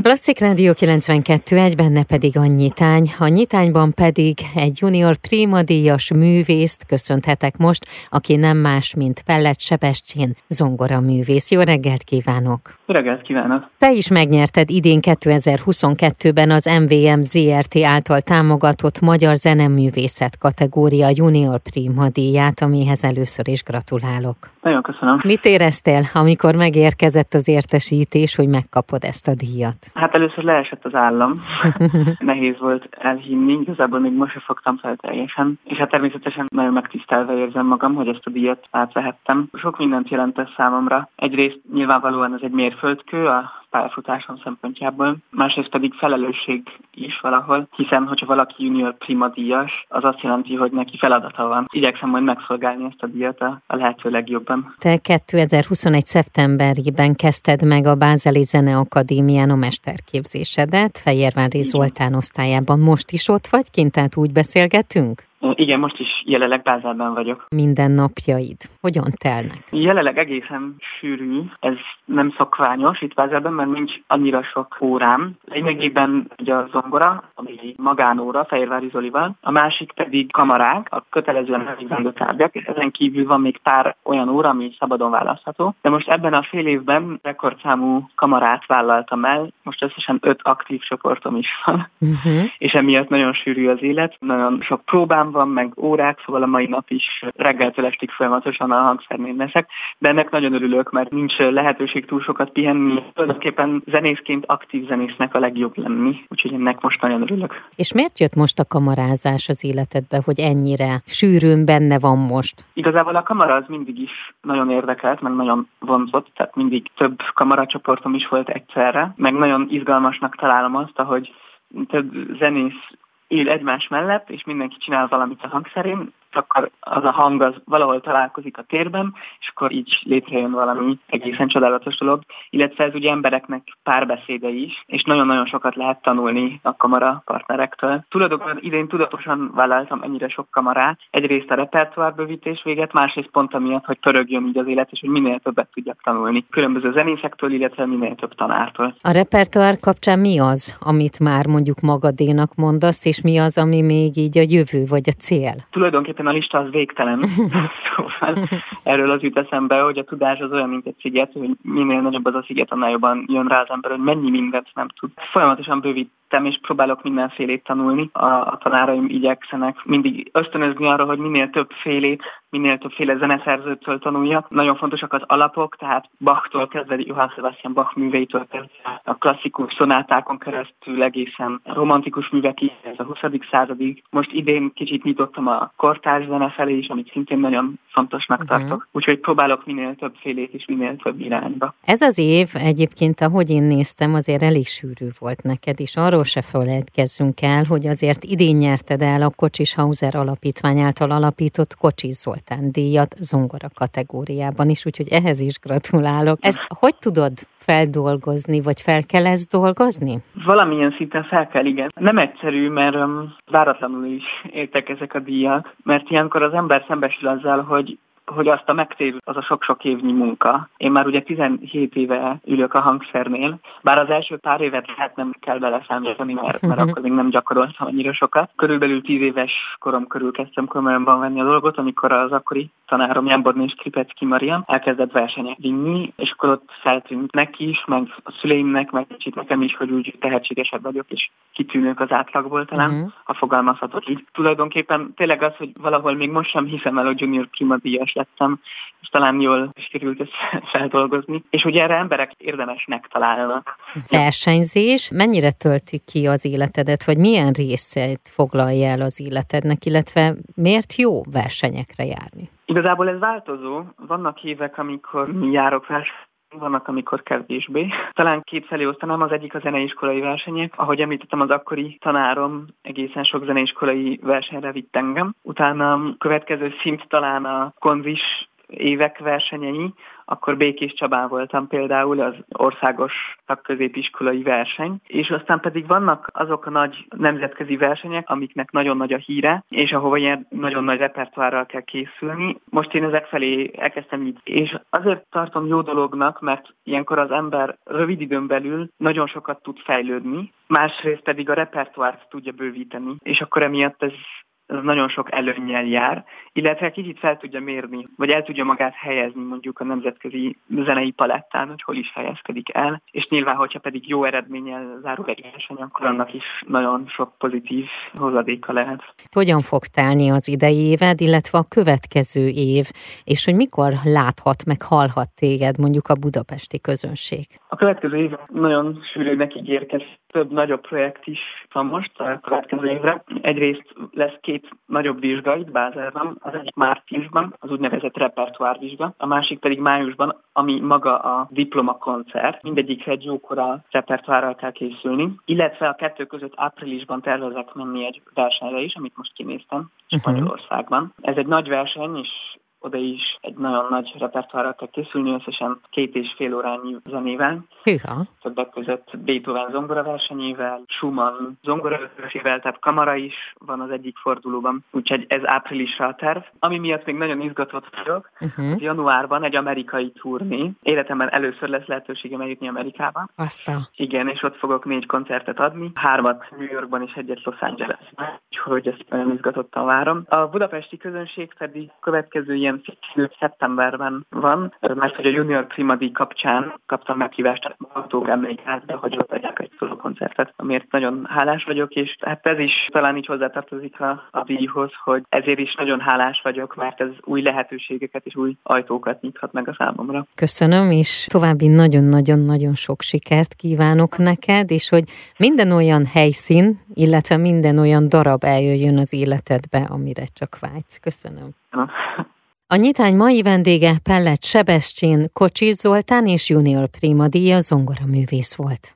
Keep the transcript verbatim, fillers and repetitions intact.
Klasszik Rádió kilencvenkettő egy, benne pedig a nyitány. A nyitányban pedig egy junior prímadíjas művészt köszönhetek most, aki nem más, mint Pellett Sebestyén, zongoraművész. Jó reggelt kívánok! Jó reggelt kívánok! Te is megnyerted idén kétezer-huszonkettőben az em vé em zé er té által támogatott Magyar Zeneművészet kategória junior prímadíját, amihez először is gratulálok. Nagyon köszönöm. Mit éreztél, amikor megérkezett az értesítés, hogy megkapod ezt a díjat? Hát először leesett az állam. Nehéz volt elhinni, igazából még most sem fogtam fel teljesen. És hát természetesen nagyon megtisztelve érzem magam, hogy ezt a díjat átvehettem. Sok mindent jelent ez számomra. Egyrészt nyilvánvalóan ez egy mérföldkő a pályafutásom szempontjából, másrészt pedig felelősség is valahol, hiszen hogyha valaki junior prímadíjas, az azt jelenti, hogy neki feladata van. Igyekszem majd megszolgálni ezt a díjat a, a lehető legjobban. Te kétezer-huszonegy szeptemberében kezdted meg a Bázeli Zeneakadémián a mesterképzésedet, Fehérvári Zoltán osztályában. Most is ott vagy kint, tehát úgy beszélgetünk? Igen, most is jelenleg Bázelben vagyok. Minden napjaid hogyan telnek? Jelenleg egészen sűrű, ez nem szokványos itt Bázelben, mert nincs annyira sok órám. Lényegében ugye a zongora, ami magánóra, Fehérvári Zolival, a másik pedig kamarák, a kötelezően megvizsgáló tárgyak, és ezen kívül van még pár olyan óra, ami szabadon választható. De most ebben a fél évben rekordszámú kamarát vállaltam el, most összesen öt aktív csoportom is van, uh-huh. és emiatt nagyon sűrű az élet, nagyon sok próbám van, meg órák, szóval a mai nap is reggeltől estig folyamatosan a hangszernél leszek, de ennek nagyon örülök, mert nincs lehetőség túl sokat pihenni. Tulajdonképpen zenészként aktív zenésznek a legjobb lenni, úgyhogy ennek most nagyon örülök. És miért jött most a kamarázás az életedbe, hogy ennyire sűrűn benne van most? Igazából a kamara az mindig is nagyon érdekelt, meg nagyon vonzott, tehát mindig több kamaracsoportom is volt egyszerre, meg nagyon izgalmasnak találom azt, ahogy több zenész él egymás mellett, és mindenki csinál valamit a hangszerén, akkor az a hang az valahol találkozik a térben, és akkor így létrejön valami egészen csodálatos dolog. Illetve ez ugye embereknek párbeszéde is, és nagyon-nagyon sokat lehet tanulni a kamara partnerektől. Tulajdonképpen idén tudatosan vállaltam ennyire sok kamarát. Egyrészt a repertoárbővítés véget, másrészt pont amiatt, hogy pörögjön így az élet, és hogy minél többet tudjak tanulni. Különböző zenészektől, illetve minél több tanártól. A repertoár kapcsán mi az, amit már mondjuk magadénak mondasz, és mi az, ami még így a jövő vagy a cél? Tulajdonképpen a lista az végtelen. Szóval erről az jut eszembe, hogy a tudás az olyan, mint egy sziget, hogy minél nagyobb az a sziget, annál jobban jön rá az ember, hogy mennyi mindent nem tud. Folyamatosan bővítem, és próbálok mindenfélét tanulni. A, a tanáraim igyekszenek mindig ösztönözni arra, hogy minél többfélét, minél többféle zeneszerzőtől tanuljak. Nagyon fontosak az alapok, tehát Bachtól kezdve, Johann Sebastian Bach műveitől kezdve, a klasszikus szonátákon keresztül egészen romantikus művekig, ez a huszadik századig. Most idén kicsit nyitottam a kortárs zene felé is, amit szintén nagyon fontosnak uh-huh. tartok. Úgyhogy próbálok minél többfélét és minél több irányba. Ez az év egyébként, ahogy én néztem, azért elég sűrű volt neked is. Arról se felejtkezzünk el, hogy azért idén nyerted el a Kocsis Hauser Alapítvány által alapított Kocsis Zoltán díjat zongora kategóriában is, úgyhogy ehhez is gratulálok. Ezt hogy tudod feldolgozni, vagy fel kell ezt dolgozni? Valamilyen szinten fel kell, igen. Nem egyszerű, mert um, váratlanul is értek ezek a díjak, mert ilyenkor az ember szembesül azzal, hogy hogy azt a megtér, az a sok-sok évnyi munka. Én már ugye tizenhét éve ülök a hangszernél, bár az első pár évet hát nem kell beleszámítani, mert, mert akkor még nem gyakoroltam annyira sokat. Körülbelül tíz éves korom körül kezdtem komolyanban venni a dolgot, amikor az akkori tanárom Jánborné és Kripecki Marian elkezdett versenyek vinni, és akkor ott feltűnt neki is, meg a szüleimnek, meg kicsit nekem is, hogy úgy tehetségesebb vagyok, és kitűnők az átlagból talán, uh-huh. ha fogalmazhatok így. Tulajdonképpen tényleg az, hogy valahol még most sem hiszem el, hogy junior prímadíjas lettem, és talán jól sikerült ezt feldolgozni. És ugye erre emberek érdemesnek találnak. Versenyzés mennyire tölti ki az életedet, vagy milyen részét foglalja el az életednek, illetve miért jó versenyekre járni? Igazából ez változó. Vannak évek, amikor járok versenyre, vannak, amikor kevésbé. Talán kétfelé osztanám, az egyik a zeneiskolai versenyek. Ahogy említettem, az akkori tanárom egészen sok zeneiskolai versenyre vitt engem. Utána a következő szint talán a konzis évek versenyei, akkor Békés Csabán voltam például, az országos szakközépiskolai verseny, és aztán pedig vannak azok a nagy nemzetközi versenyek, amiknek nagyon nagy a híre, és ahova ilyen nagyon nagy repertoárral kell készülni. Most én ezek felé elkezdtem így, és azért tartom jó dolognak, mert ilyenkor az ember rövid időn belül nagyon sokat tud fejlődni, másrészt pedig a repertoárt tudja bővíteni, és akkor emiatt ez ez nagyon sok előnnyel jár, illetve kicsit fel tudja mérni, vagy el tudja magát helyezni mondjuk a nemzetközi zenei palettán, hogy hol is helyezkedik el, és nyilván, hogyha pedig jó eredménnyel zárul egy verseny, akkor annak is nagyon sok pozitív hozadéka lehet. Hogyan fog telni az idei éved, illetve a következő év, és hogy mikor láthat, meg hallhat téged mondjuk a budapesti közönség? A következő év nagyon sűrűnek ígérkezik. Több nagyobb projekt is van most a következő évre. Egyrészt lesz két nagyobb vizsga itt Bázelben, az egyik márciusban, az úgynevezett repertoárvizsga, a másik pedig májusban, ami maga a diplomakoncert. Mindegyikre egy jókora repertoárral kell készülni, illetve a kettő között áprilisban tervezek menni egy versenyre is, amit most kinéztem Spanyolországban. Ez egy nagy verseny, és oda is egy nagyon nagy repertoárral kell készülni, összesen két és fél órányi zenével. Hűha. Többek között Beethoven zongoraversenyével, Schumann zongoraversenyével, tehát kamara is van az egyik fordulóban. Úgyhogy ez áprilisra a terv. Ami miatt még nagyon izgatott vagyok, uh-huh. januárban egy amerikai turné. Életemben először lesz lehetőségem eljutni Amerikába. Aztán. Igen, és ott fogok négy koncertet adni. Hármat New Yorkban és egyet Los Angelesben. Úgyhogy ezt nagyon izgatottan várom. A budapesti közönség pedig következő ilyen szeptemberben van, mert hogy a Junior Prima díj kapcsán kaptam meghívást a Október Emlékházba, hogy ott adják egy szóló koncertet, amiért nagyon hálás vagyok, és hát ez is talán így hozzátartozik a, a díjhoz, hogy ezért is nagyon hálás vagyok, mert ez új lehetőségeket és új ajtókat nyithat meg a számomra. Köszönöm, és további nagyon-nagyon-nagyon sok sikert kívánok neked, és hogy minden olyan helyszín, illetve minden olyan darab eljöjjön az életedbe, amire csak vágysz. Köszönöm. Ja. A nyitány mai vendége Pellett Sebestyén, Kocsis Zoltán és Junior Prima díja zongoraművész volt.